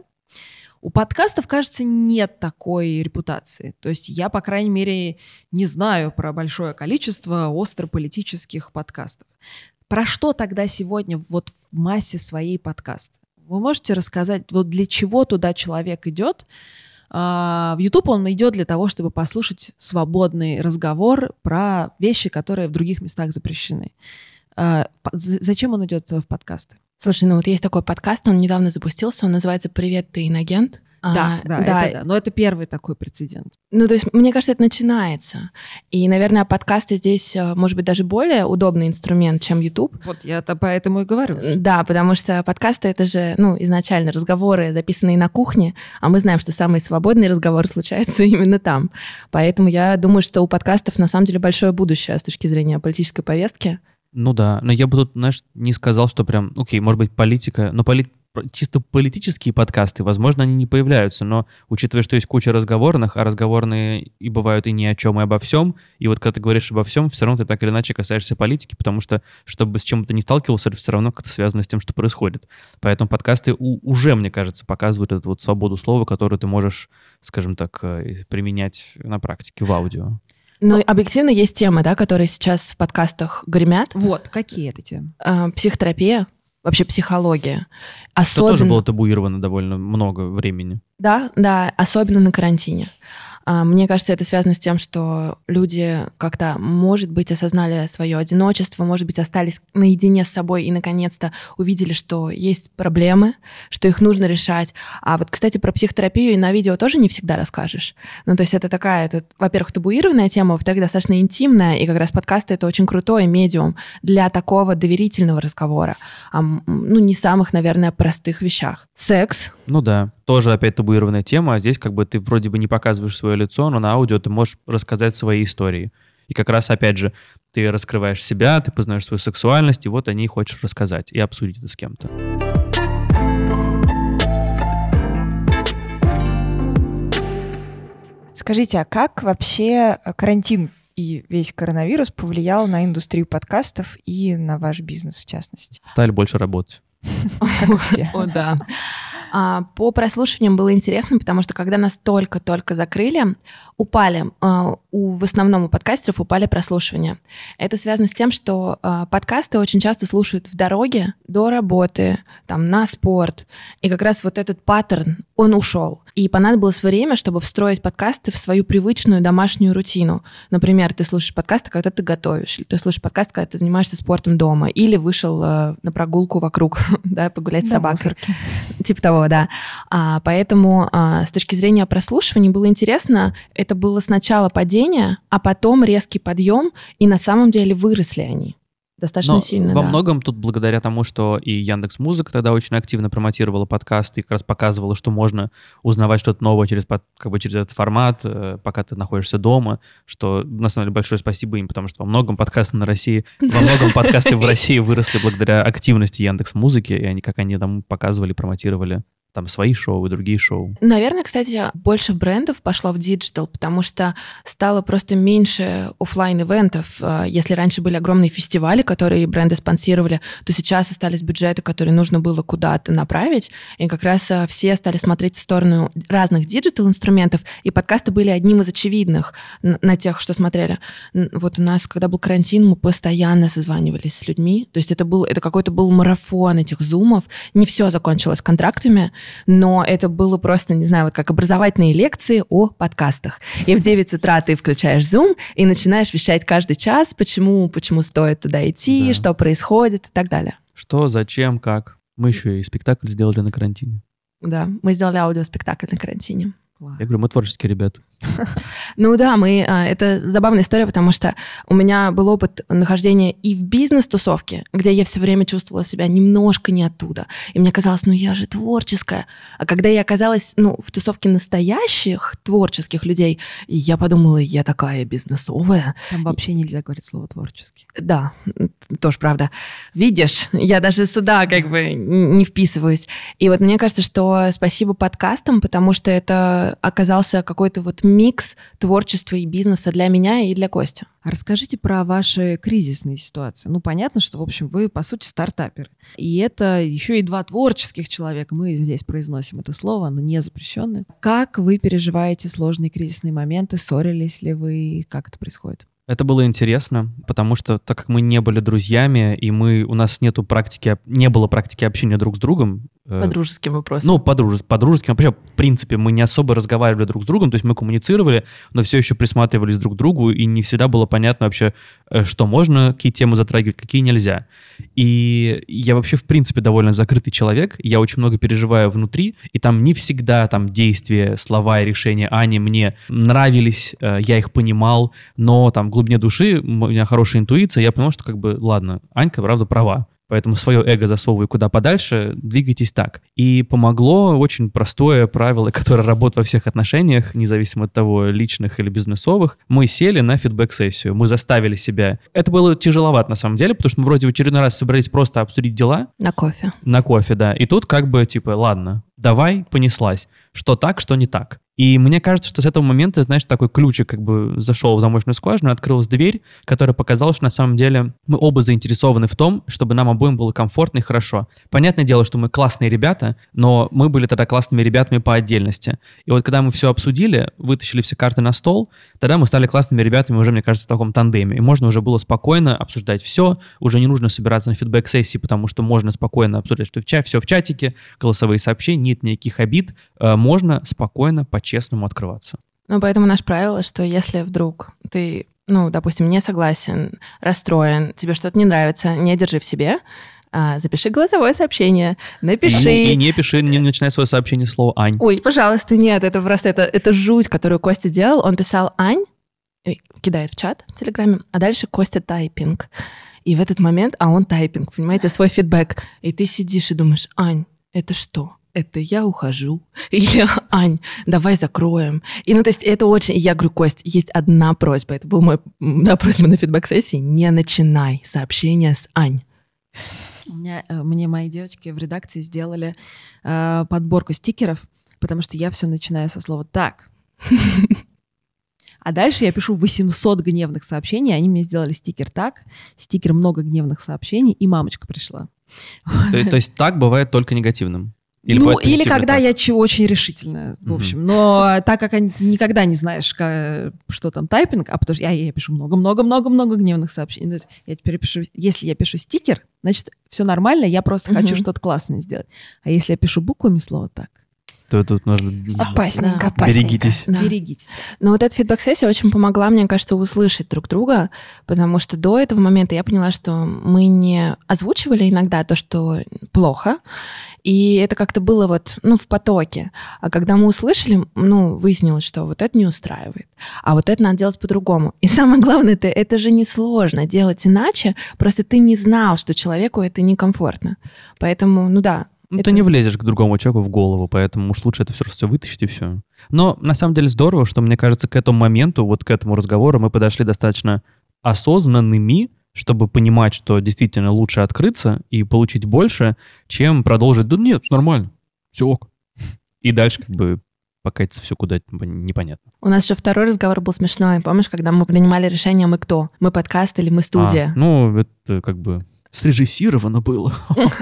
У подкастов, кажется, нет такой репутации. То есть я, по крайней мере, не знаю про большое количество острополитических подкастов. Про что тогда сегодня вот в массе своей подкаст? Вы можете рассказать, вот для чего туда человек идет? В YouTube он идет для того, чтобы послушать свободный разговор про вещи, которые в других местах запрещены. А, зачем он идет в подкасты? Слушай, ну вот есть такой подкаст, он недавно запустился, он называется «Привет, ты инагент». Да, а, да, да. Это, да. Но это первый такой прецедент. Ну, то есть, мне кажется, это начинается. И, наверное, подкасты здесь, может быть, даже более удобный инструмент, чем YouTube. Вот я-то поэтому и говорю. Да, потому что подкасты — это же, ну, изначально разговоры, записанные на кухне, а мы знаем, что самые свободные разговоры случаются именно там. Поэтому я думаю, что у подкастов на самом деле большое будущее с точки зрения политической повестки. Ну да, но я бы тут, знаешь, не сказал, что прям, окей, может быть, политика, но поли... чисто политические подкасты, возможно, они не появляются, но учитывая, что есть куча разговорных, а разговорные и бывают и ни о чем, и обо всем, и вот когда ты говоришь обо всем, все равно ты так или иначе касаешься политики, потому что, чтобы с чем-то не сталкивался, это все равно как-то связано с тем, что происходит. Поэтому подкасты у- уже, мне кажется, показывают эту вот свободу слова, которую ты можешь, скажем так, применять на практике в аудио. Ну, Но... объективно есть темы, да, которые сейчас в подкастах гремят. Вот, какие это темы? А, психотерапия, вообще психология. Особенно... Это тоже было табуировано довольно много времени. Да, да, особенно на карантине. Мне кажется, это связано с тем, что люди как-то, может быть, осознали свое одиночество, может быть, остались наедине с собой и, наконец-то, увидели, что есть проблемы, что их нужно решать. А вот, кстати, про психотерапию и на видео тоже не всегда расскажешь. Ну, то есть это такая, это, во-первых, табуированная тема, во-вторых, достаточно интимная, и как раз подкасты — это очень крутой медиум для такого доверительного разговора. Ну, не самых, наверное, простых вещах. Секс. Ну да, тоже опять табуированная тема, а здесь как бы ты вроде бы не показываешь свое лицо, но на аудио ты можешь рассказать свои истории. И как раз, опять же, ты раскрываешь себя, ты познаешь свою сексуальность, и вот о ней хочешь рассказать и обсудить это с кем-то. Скажите, а как вообще карантин и весь коронавирус повлиял на индустрию подкастов и на ваш бизнес в частности? Стали больше работать. Как и все. О, да. А, по прослушиваниям было интересно, потому что когда нас только-только закрыли, упали, а, у, в основном у подкастеров упали прослушивания. Это связано с тем, что а, подкасты очень часто слушают в дороге, до работы, там, на спорт. И как раз вот этот паттерн, он ушел. И понадобилось время, чтобы встроить подкасты в свою привычную домашнюю рутину. Например, ты слушаешь подкасты, когда ты готовишь, или ты слушаешь подкаст, когда ты занимаешься спортом дома, или вышел э, на прогулку вокруг, да, погулять с собакой. Типа того, да. А, поэтому а, с точки зрения прослушивания было интересно, это было сначала падение, а потом резкий подъем, и на самом деле выросли они. Достаточно Но сильно, во да. многом тут благодаря тому, что и Яндекс.Музыка тогда очень активно промотировала подкасты и как раз показывала, что можно узнавать что-то новое через, как бы, через этот формат, пока ты находишься дома, что, на самом деле, большое спасибо им, потому что во многом подкасты на России, во многом подкасты в России выросли благодаря активности Яндекс.Музыки, и они, как они там показывали, промотировали там свои шоу и другие шоу. Наверное, кстати, больше брендов пошло в диджитал, потому что стало просто меньше офлайн-ивентов. Если раньше были огромные фестивали, которые бренды спонсировали, то сейчас остались бюджеты, которые нужно было куда-то направить, и как раз все стали смотреть в сторону разных диджитал-инструментов, и подкасты были одним из очевидных на тех, что смотрели. Вот у нас, когда был карантин, мы постоянно созванивались с людьми, то есть это, был, это какой-то был марафон этих зумов, не все закончилось контрактами, но это было просто, не знаю, вот как образовательные лекции о подкастах. И в девять утра ты включаешь Zoom и начинаешь вещать каждый час, почему, почему стоит туда идти, да. Что происходит и так далее. Что, зачем, как. Мы еще и спектакль сделали на карантине. Да, мы сделали аудиоспектакль на карантине. Я говорю, мы творческие ребята. Ну да, мы, это забавная история, потому что у меня был опыт нахождения и в бизнес-тусовке, где я все время чувствовала себя немножко не оттуда. И мне казалось, ну я же творческая. А когда я оказалась ну, в тусовке настоящих творческих людей, я подумала, я такая бизнесовая. Там вообще нельзя говорить слово «творческий». Да, тоже правда. Видишь, я даже сюда как бы не вписываюсь. И вот мне кажется, что спасибо подкастам, потому что это оказался какой-то вот микс творчества и бизнеса для меня и для Кости. Расскажите про ваши кризисные ситуации. Ну, понятно, что, в общем, вы, по сути, стартаперы. И это еще и два творческих человека. Мы здесь произносим это слово, оно не запрещенное. Как вы переживаете сложные кризисные моменты? Ссорились ли вы? Как это происходит? Это было интересно, потому что, так как мы не были друзьями, и мы, у нас нету практики, не было практики общения друг с другом, По дружеским вопросам. Ну, по, друж... по дружеским. Вообще, в принципе, мы не особо разговаривали друг с другом, то есть мы коммуницировали, но все еще присматривались друг к другу, и не всегда было понятно вообще, что можно, какие темы затрагивать, какие нельзя. И я вообще, в принципе, довольно закрытый человек, я очень много переживаю внутри, и там не всегда там действия, слова и решения Ани мне нравились, я их понимал, но там в глубине души у меня хорошая интуиция, я понял, что как бы, ладно, Анька, правда, права. Поэтому свое эго засовывай куда подальше, двигайтесь так. И помогло очень простое правило, которое работает во всех отношениях, независимо от того, личных или бизнесовых. Мы сели на фидбэк-сессию, мы заставили себя. Это было тяжеловато на самом деле, потому что мы вроде в очередной раз собрались просто обсудить дела. На кофе. На кофе, да. И тут как бы типа, ладно, давай, понеслась. Что так, что не так. И мне кажется, что с этого момента, знаешь, такой ключик как бы зашел в замочную скважину, открылась дверь, которая показала, что на самом деле мы оба заинтересованы в том, чтобы нам обоим было комфортно и хорошо. Понятное дело, что мы классные ребята, но мы были тогда классными ребятами по отдельности. И вот когда мы все обсудили, вытащили все карты на стол, тогда мы стали классными ребятами уже, мне кажется, в таком тандеме. И можно уже было спокойно обсуждать все, уже не нужно собираться на фидбэк-сессии, потому что можно спокойно обсуждать, что в чат, все в чатике, голосовые сообщения, нет никаких обид, можно спокойно, по-честному открываться. Ну, поэтому наше правило, что если вдруг ты, ну, допустим, не согласен, расстроен, тебе что-то не нравится, не держи в себе, а, запиши голосовое сообщение, напиши. И, и не пиши, не начинай свое сообщение слово «Ань». Ой, пожалуйста, нет, это просто, это, это жуть, которую Костя делал. Он писал «Ань», кидает в чат в Телеграме, а дальше Костя тайпинг. И в этот момент, а он тайпинг, понимаете, свой фидбэк. И ты сидишь и думаешь: Ань, это что? Это я ухожу. Или, Ань, давай закроем. И, ну, то есть это очень... Я говорю: Кость, есть одна просьба. Это был мой да, просьба на фидбэк-сессии. Не начинай сообщение с Ань. У меня, мне мои девочки в редакции сделали э, подборку стикеров, потому что я все начинаю со слова «так». А дальше я пишу восемьсот гневных сообщений, они мне сделали стикер «так», стикер «много гневных сообщений», и мамочка пришла. То, то есть «так» бывает только негативным? Или ну, или когда так? я чего очень решительная, в общем. Uh-huh. Но так как ты никогда не знаешь, как, что там тайпинг, а потому что я, я пишу много-много-много-много гневных сообщений. Я теперь пишу, если я пишу стикер, значит, все нормально, я просто uh-huh. хочу что-то классное сделать. А если я пишу буквами слово «так», то тут нужно... Опасненько, да. опасненько. Берегитесь. Да. Берегитесь. Но вот эта фидбэк-сессия очень помогла, мне кажется, услышать друг друга, потому что до этого момента я поняла, что мы не озвучивали иногда то, что плохо, и это как-то было вот, ну, в потоке. А когда мы услышали, ну, выяснилось, что вот это не устраивает, а вот это надо делать по-другому. И самое главное, это, это же несложно делать иначе, просто ты не знал, что человеку это некомфортно. Поэтому, ну да, Ну, это... ты не влезешь к другому человеку в голову, поэтому уж лучше это все, все вытащить и все. Но на самом деле здорово, что, мне кажется, к этому моменту, вот к этому разговору мы подошли достаточно осознанными, чтобы понимать, что действительно лучше открыться и получить больше, чем продолжить: да нет, все нормально, все ок. И дальше как бы покатится все куда-то непонятно. У нас еще второй разговор был смешной. Помнишь, когда мы принимали решение, мы кто? Мы подкаст или мы студия? А, ну, это как бы срежиссировано было.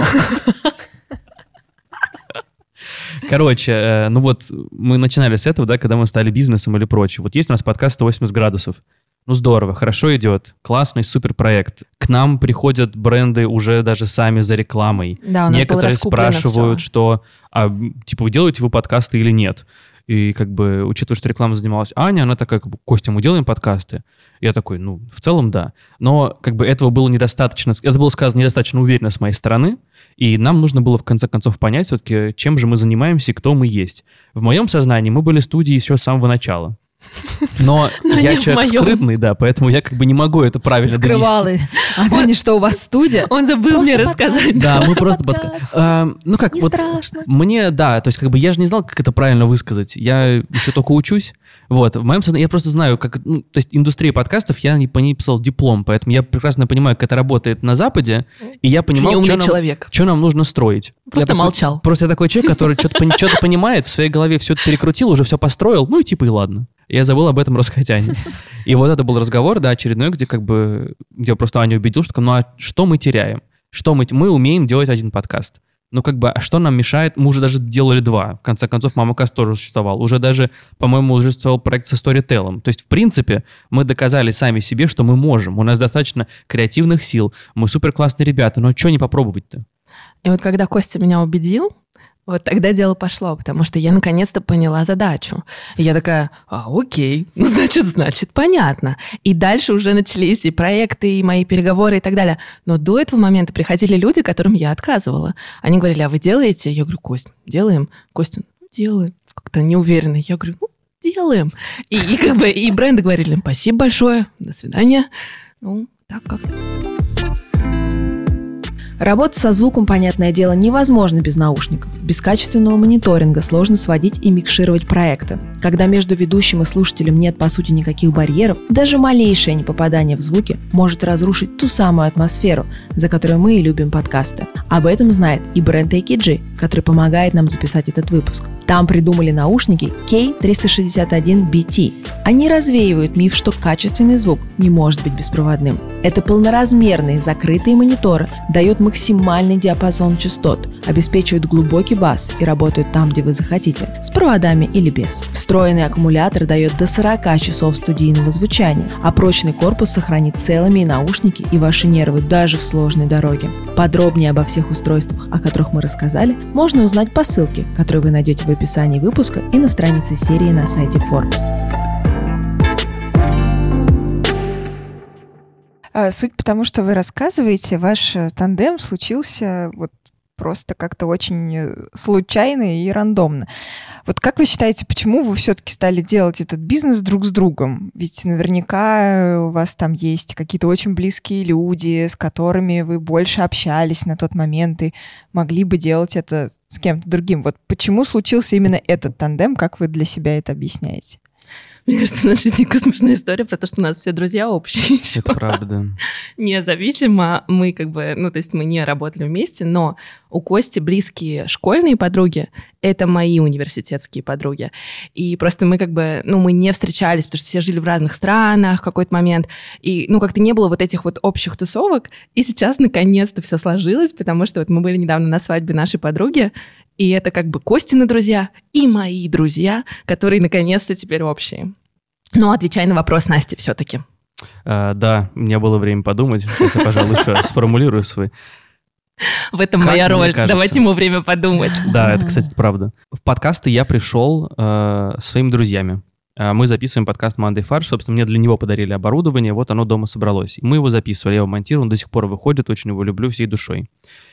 Короче, ну вот мы начинали с этого, да, когда мы стали бизнесом или прочее. Вот есть у нас подкаст сто восемьдесят градусов. Ну здорово, хорошо идет, классный супер проект. К нам приходят бренды уже даже сами за рекламой. Да, у нас некоторые было спрашивают, всё. что, а, типа, вы делаете вы подкасты или нет? И как бы, учитывая, что рекламой занималась Аня, она такая: как бы, Костя, мы делаем подкасты? Я такой: ну, в целом, да. Но как бы этого было недостаточно, это было сказано недостаточно уверенно с моей стороны, и нам нужно было в конце концов понять все-таки, чем же мы занимаемся и кто мы есть. В моем сознании мы были студией еще с самого начала. Но я человек скрытный, да, поэтому я как бы не могу это правильно донести. Скрывала. А Таня, что у вас студия? Он забыл мне рассказать. Да, мы просто подкаст. Ну как, Не вот страшно. мне, да, то есть как бы я же не знал, как это правильно высказать. Я еще только учусь. Вот, в моем сознании я просто знаю, как, ну, то есть индустрия подкастов, я не по ней писал диплом, поэтому я прекрасно понимаю, как это работает на Западе, и я понимал, что нам, что нам нужно строить. Просто я молчал. Такой, просто я такой человек, который что-то, что-то понимает, в своей голове все это перекрутил, уже все построил, ну и типа и ладно. Я забыл об этом рассказать Ане. И вот это был разговор, да, очередной, где как бы, где я просто Аню убедил, что ну а что мы теряем? Что мы, мы умеем делать один подкаст. Ну, как бы, а что нам мешает? Мы уже даже делали два. В конце концов, Мамакаст тоже существовал. Уже даже, по-моему, уже существовал проект со Storytel. То есть, в принципе, мы доказали сами себе, что мы можем. У нас достаточно креативных сил. Мы супер классные ребята. Но что не попробовать-то? И вот когда Костя меня убедил, Вот тогда дело пошло, потому что я наконец-то поняла задачу. И я такая, а, окей, ну, значит, значит, понятно. И дальше уже начались и проекты, и мои переговоры и так далее. Но до этого момента приходили люди, которым я отказывала. Они говорили, а вы делаете? Я говорю, Кость, делаем. Костя, ну, делаем. Как-то неуверенно. Я говорю, ну, делаем. И, и как бы и бренды говорили, спасибо большое, до свидания. Ну, так как. Работать со звуком, понятное дело, невозможно без наушников. Без качественного мониторинга сложно сводить и микшировать проекты. Когда между ведущим и слушателем нет, по сути, никаких барьеров, даже малейшее непопадание в звуки может разрушить ту самую атмосферу, за которую мы и любим подкасты. Об этом знает и бренд эй кей джи, который помогает нам записать этот выпуск. Там придумали наушники кей триста шестьдесят один би ти. Они развеивают миф, что качественный звук не может быть беспроводным. Это полноразмерные закрытые мониторы, дают максимальный диапазон частот, обеспечивают глубокий бас и работают там, где вы захотите, с проводами или без. Встроенный аккумулятор дает до сорок часов студийного звучания, а прочный корпус сохранит целыми и наушники, и ваши нервы даже в сложной дороге. Подробнее обо всех устройствах, о которых мы рассказали, можно узнать по ссылке, которую вы найдете в описании выпуска и на странице серии на сайте Forbes. Суть потому, что вы рассказываете, ваш тандем случился вот просто как-то очень случайно и рандомно. Вот как вы считаете, почему вы все-таки стали делать этот бизнес друг с другом? Ведь наверняка у вас там есть какие-то очень близкие люди, с которыми вы больше общались на тот момент и могли бы делать это с кем-то другим. Вот почему случился именно этот тандем? Как вы для себя это объясняете? Мне кажется, наша дико смешная история про то, что у нас все друзья общие. Это правда. Независимо, мы как бы, ну, то есть мы не работали вместе, но у Кости близкие школьные подруги — это мои университетские подруги. И просто мы как бы, ну, мы не встречались, потому что все жили в разных странах в какой-то момент, и, ну, как-то не было вот этих вот общих тусовок, и сейчас наконец-то все сложилось, потому что вот мы были недавно на свадьбе нашей подруги, и это как бы Костины друзья и мои друзья, которые наконец-то теперь общие. Но отвечай на вопрос Насти все-таки. А, да, у меня было время подумать. Сейчас я, пожалуй, еще сформулирую свой. В этом как моя роль. Давайте ему время подумать. Да, это, кстати, правда. В подкасты я пришел э, со своими друзьями. Мы записываем подкаст «Monday Farce». Собственно, мне для него подарили оборудование, вот оно дома собралось. И мы его записывали, я его монтировал, он до сих пор выходит, очень его люблю всей душой.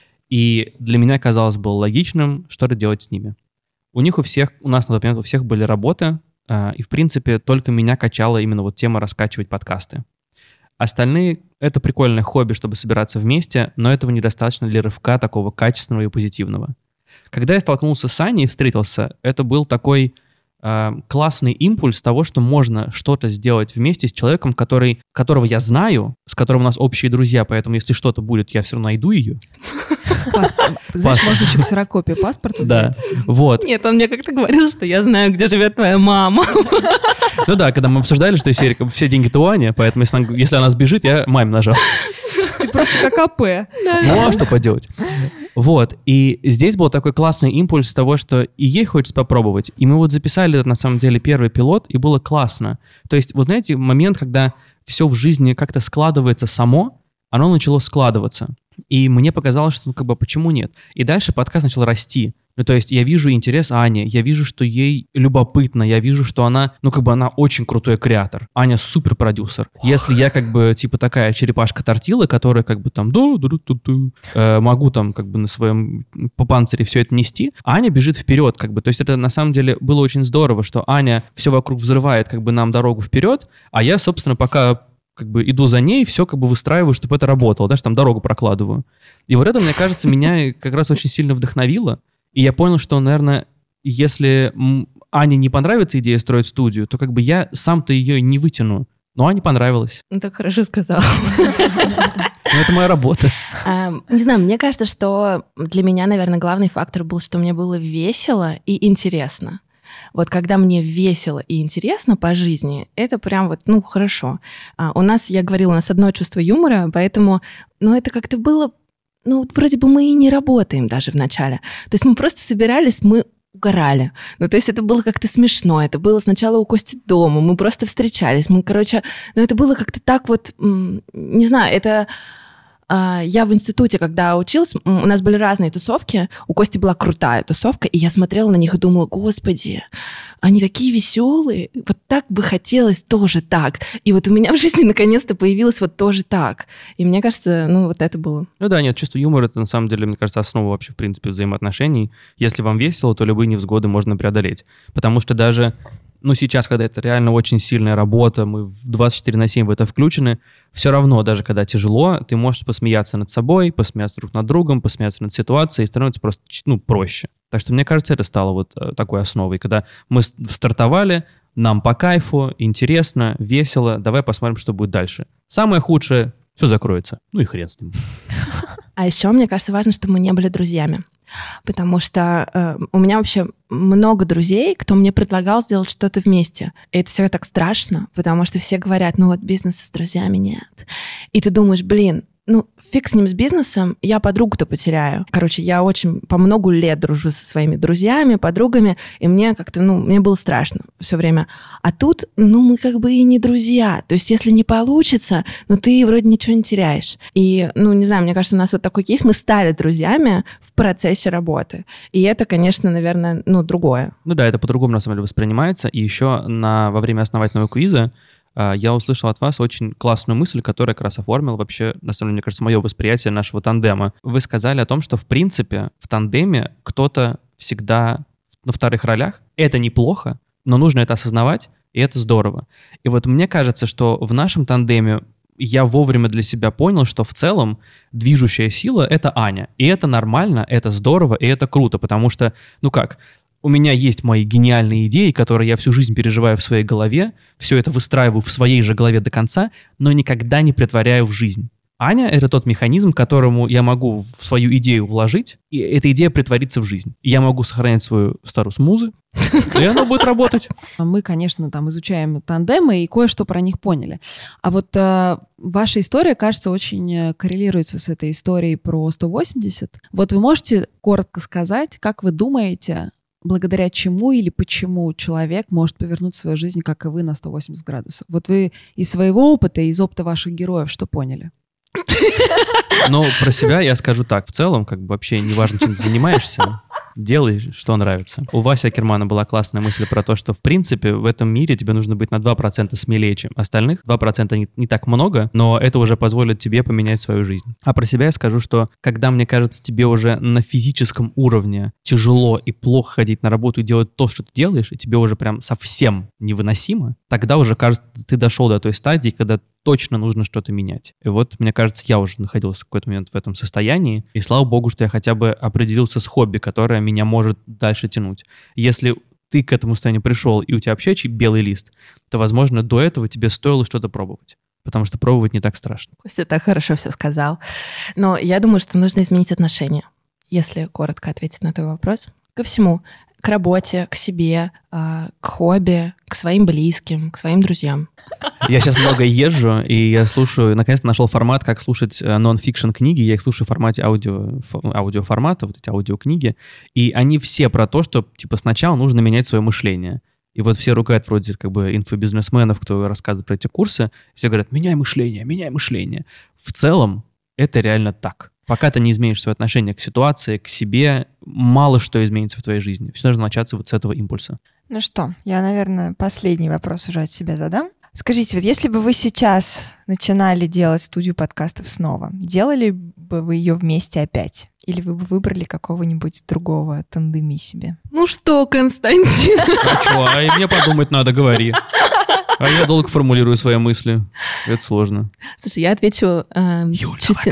И для меня казалось было логичным что-то делать с ними. У них у всех, у нас на тот момент у всех были работы, э, и, в принципе, только меня качала именно вот тема раскачивать подкасты. Остальные — это прикольное хобби, чтобы собираться вместе, но этого недостаточно для рывка такого качественного и позитивного. Когда я столкнулся с Аней и встретился, это был такой э, классный импульс того, что можно что-то сделать вместе с человеком, который, которого я знаю, с которым у нас общие друзья, поэтому если что-то будет, я все равно найду ее. Паспорт. Ты знаешь, можно еще ксерокопию паспорта да. взять? Вот. Нет, он мне как-то говорил, что я знаю, где живет твоя мама. Ну да, когда мы обсуждали, что из серии все деньги-то у Ани, поэтому если она, если она сбежит, я маме нажал. Ты просто как АП. Ну а что поделать? Вот, и здесь был такой классный импульс того, что и ей хочется попробовать. И мы вот записали, на самом деле, первый пилот, и было классно. То есть, вы знаете, момент, когда все в жизни как-то складывается само, оно начало складываться. И мне показалось, что, ну, как бы, почему нет? И дальше подкаст начал расти. Ну, то есть я вижу интерес Ани, я вижу, что ей любопытно, я вижу, что она, ну, как бы она очень крутой креатор. Аня супер продюсер. Если я, как бы, типа такая черепашка-тортила, которая, как бы, там, да, да, да, да, э, могу там, как бы, на своем по панцире все это нести, Аня бежит вперед, как бы. То есть это, на самом деле, было очень здорово, что Аня все вокруг взрывает, как бы, нам дорогу вперед, а я, собственно, пока как бы иду за ней, все как бы выстраиваю, чтобы это работало, даже там дорогу прокладываю. И вот это, мне кажется, меня как раз очень сильно вдохновило. И я понял, что, наверное, если Ане не понравится идея строить студию, то как бы я сам-то ее не вытяну. Но Ане понравилось. Ну, так хорошо сказал. Ну, это моя работа. Не знаю, мне кажется, что для меня, наверное, главный фактор был, что мне было весело и интересно. Вот когда мне весело и интересно по жизни, это прям вот, ну, хорошо. А у нас, я говорила, у нас одно чувство юмора, поэтому, ну, это как-то было, ну, вроде бы мы и не работаем даже в начале. То есть мы просто собирались, мы угорали. Ну, то есть это было как-то смешно. Это было сначала у Кости дома, мы просто встречались. Мы, короче, ну, это было как-то так вот, не знаю, это... Я в институте, когда училась, у нас были разные тусовки. У Кости была крутая тусовка, и я смотрела на них и думала, господи, они такие веселые, вот так бы хотелось тоже так. И вот у меня в жизни наконец-то появилось вот тоже так. И мне кажется, ну вот это было. Ну да, нет, чувство юмора — это на самом деле, мне кажется, основа вообще, в принципе, взаимоотношений. Если вам весело, то любые невзгоды можно преодолеть. Потому что даже, ну сейчас, когда это реально очень сильная работа, мы двадцать четыре на семь в это включены, все равно, даже когда тяжело, ты можешь посмеяться над собой, посмеяться друг над другом, посмеяться над ситуацией, и становится просто, ну, проще. Так что, мне кажется, это стало вот такой основой. Когда мы стартовали, нам по кайфу, интересно, весело, давай посмотрим, что будет дальше. Самое худшее — все закроется. Ну и хрен с ним. А еще, мне кажется, важно, что мы не были друзьями. Потому что э, у меня вообще много друзей, кто мне предлагал сделать что-то вместе. И это всегда так страшно, потому что все говорят, ну вот бизнеса с друзьями нет. И ты думаешь, блин, ну, фиг с ним, с бизнесом, я подругу-то потеряю. Короче, я очень по много лет дружу со своими друзьями, подругами, и мне как-то, ну, мне было страшно все время. А тут, ну, мы как бы и не друзья. То есть, если не получится, ну, ты вроде ничего не теряешь. И, ну, не знаю, мне кажется, у нас вот такой кейс, мы стали друзьями в процессе работы. И это, конечно, наверное, ну, другое. Ну да, это по-другому, на самом деле, воспринимается. И еще на, во время основательного квиза я услышал от вас очень классную мысль, которая как раз оформила вообще, на самом деле, мне кажется, мое восприятие нашего тандема. Вы сказали о том, что, в принципе, в тандеме кто-то всегда на вторых ролях. Это неплохо, но нужно это осознавать, и это здорово. И вот мне кажется, что в нашем тандеме я вовремя для себя понял, что в целом движущая сила — это Аня. И это нормально, это здорово, и это круто, потому что, ну как... У меня есть мои гениальные идеи, которые я всю жизнь переживаю в своей голове, все это выстраиваю в своей же голове до конца, но никогда не претворяю в жизнь. Аня — это тот механизм, которому я могу в свою идею вложить, и эта идея притворится в жизнь. И я могу сохранять свою старую смузы, и она будет работать. Мы, конечно, там изучаем тандемы и кое-что про них поняли. А вот э, ваша история, кажется, очень коррелируется с этой историей про сто восемьдесят. Вот вы можете коротко сказать, как вы думаете, благодаря чему или почему человек может повернуть свою жизнь, как и вы, на сто восемьдесят градусов? Вот вы из своего опыта, из опыта ваших героев что поняли? Ну, про себя я скажу так. В целом, как бы вообще неважно, чем ты занимаешься, делай, что нравится. У Васи Акермана была классная мысль про то, что, в принципе, в этом мире тебе нужно быть на два процента смелее, чем остальных. два процента не, не так много, но это уже позволит тебе поменять свою жизнь. А про себя я скажу, что когда, мне кажется, тебе уже на физическом уровне тяжело и плохо ходить на работу и делать то, что ты делаешь, и тебе уже прям совсем невыносимо, тогда уже, кажется, ты дошел до той стадии, когда точно нужно что-то менять. И вот, мне кажется, я уже находился в какой-то момент в этом состоянии, и слава богу, что я хотя бы определился с хобби, которое меня может дальше тянуть. Если ты к этому состоянию пришел, и у тебя вообще белый лист, то, возможно, до этого тебе стоило что-то пробовать. Потому что пробовать не так страшно. Костя так хорошо все сказал. Но я думаю, что нужно изменить отношение, если коротко ответить на твой вопрос. Ко всему. К работе, к себе, к хобби, к своим близким, к своим друзьям. Я сейчас много езжу, и я слушаю, наконец-то нашел формат, как слушать нон-фикшн книги. Я их слушаю в формате аудио, аудиоформата, вот эти аудиокниги. И они все про то, что типа сначала нужно менять свое мышление. И вот все ругают вроде как бы инфобизнесменов, кто рассказывает про эти курсы. Все говорят, меняй мышление, меняй мышление. В целом это реально так. Пока ты не изменишь свое отношение к ситуации, к себе, мало что изменится в твоей жизни. Все нужно начаться вот с этого импульса. Ну что, я, наверное, последний вопрос уже от себя задам. Скажите, вот если бы вы сейчас начинали делать студию подкастов снова, делали бы вы ее вместе опять? Или вы бы выбрали какого-нибудь другого тандеми себе? Ну что, Константин? А что, а и мне подумать надо, говори. А я долго формулирую свои мысли. Это сложно. Слушай, я отвечу... Э, Юль, чуть...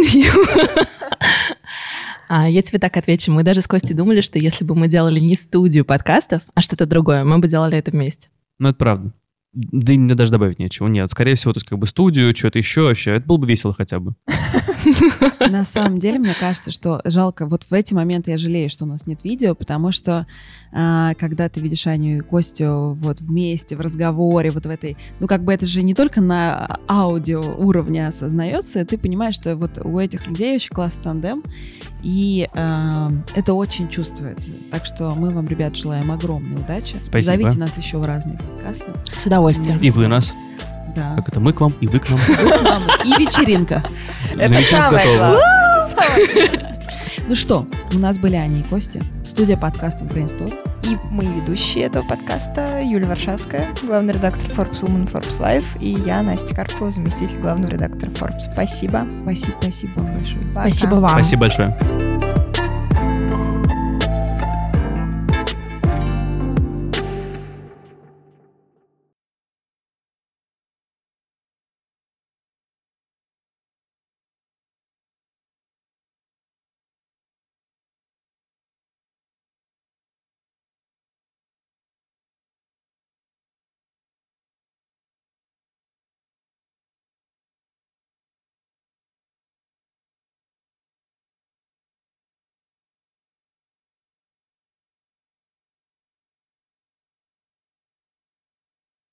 а, я тебе так отвечу. Мы даже с Костей думали, что если бы мы делали не студию подкастов, а что-то другое, мы бы делали это вместе. Ну, это правда. Да и даже добавить нечего. Нет, скорее всего, то есть как бы студию, что-то еще вообще. Это было бы весело хотя бы. На самом деле, мне кажется, что жалко. Вот в эти моменты я жалею, что у нас нет видео, потому что а, когда ты видишь Аню и Костю вот вместе, в разговоре, вот в этой... Ну, как бы это же не только на аудио уровне осознается, ты понимаешь, что вот у этих людей очень классный тандем, и а, это очень чувствуется. Так что мы вам, ребят, желаем огромной удачи. Спасибо. Зовите нас еще в разные подкасты. С удовольствием. И вы нас. Да. Как это мы к вам, и вы к нам. Вы к нам. И вечеринка. Это самое главное. Ну что, у нас были Аня и Костя, студия подкастов Brainstorm. И мы ведущие этого подкаста Юлия Варшавская, главный редактор Forbes Woman, Forbes Life, и я, Настя Карпова, заместитель главного редактора Forbes. Спасибо. Спасибо, спасибо вам большое. Пока. Спасибо вам. Спасибо большое.